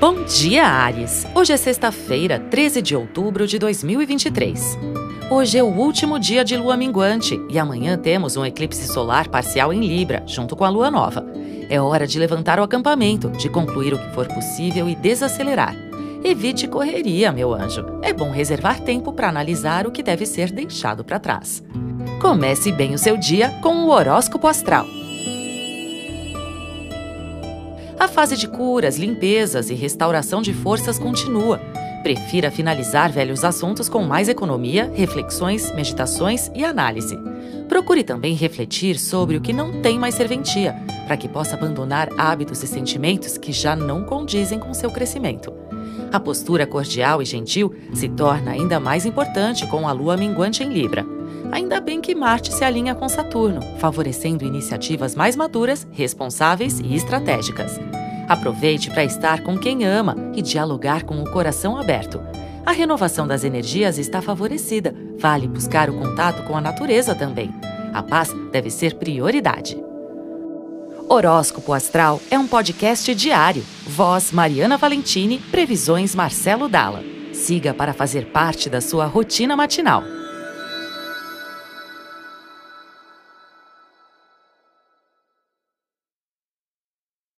Bom dia, Áries! Hoje é sexta-feira, 13 de outubro de 2023. Hoje é o último dia de lua minguante e amanhã temos um eclipse solar parcial em Libra, junto com a lua nova. É hora de levantar o acampamento, de concluir o que for possível e desacelerar. Evite correria, meu anjo. É bom reservar tempo para analisar o que deve ser deixado para trás. Comece bem o seu dia com o horóscopo astral. A fase de curas, limpezas e restauração de forças continua. Prefira finalizar velhos assuntos com mais economia, reflexões, meditações e análise. Procure também refletir sobre o que não tem mais serventia, para que possa abandonar hábitos e sentimentos que já não condizem com seu crescimento. A postura cordial e gentil se torna ainda mais importante com a lua minguante em Libra. Ainda bem que Marte se alinha com Saturno, favorecendo iniciativas mais maduras, responsáveis e estratégicas. Aproveite para estar com quem ama e dialogar com o coração aberto. A renovação das energias está favorecida, vale buscar o contato com a natureza também. A paz deve ser prioridade. Horóscopo Astral é um podcast diário. Voz Mariana Valentini, previsões Marcelo Dalla. Siga para fazer parte da sua rotina matinal.